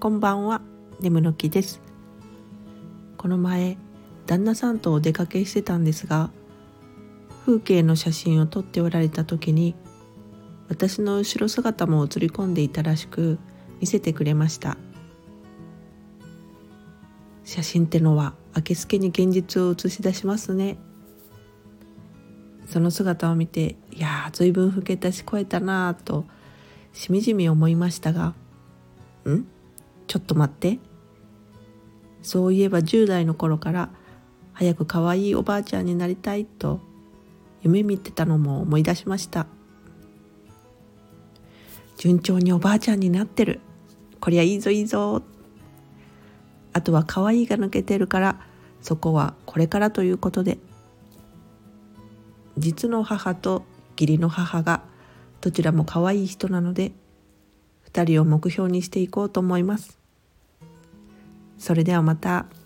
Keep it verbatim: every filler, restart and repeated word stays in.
こんばんは、ねむのきです。この前旦那さんとお出かけしてたんですが、風景の写真を撮っておられた時に私の後ろ姿も映り込んでいたらしく見せてくれました。写真ってのはあけすけに現実を映し出しますね。その姿を見て、いやーずいぶん老けたし超えたなぁとしみじみ思いましたが、んちょっと待って、そういえばじゅう代の頃から早く可愛いおばあちゃんになりたいと夢見てたのも思い出しました。順調におばあちゃんになってる、こりゃいいぞいいぞ。あとは可愛いが抜けてるから、そこはこれからということで、実の母と義理の母がどちらも可愛い人なので、二人を目標にしていこうと思います。それではまた。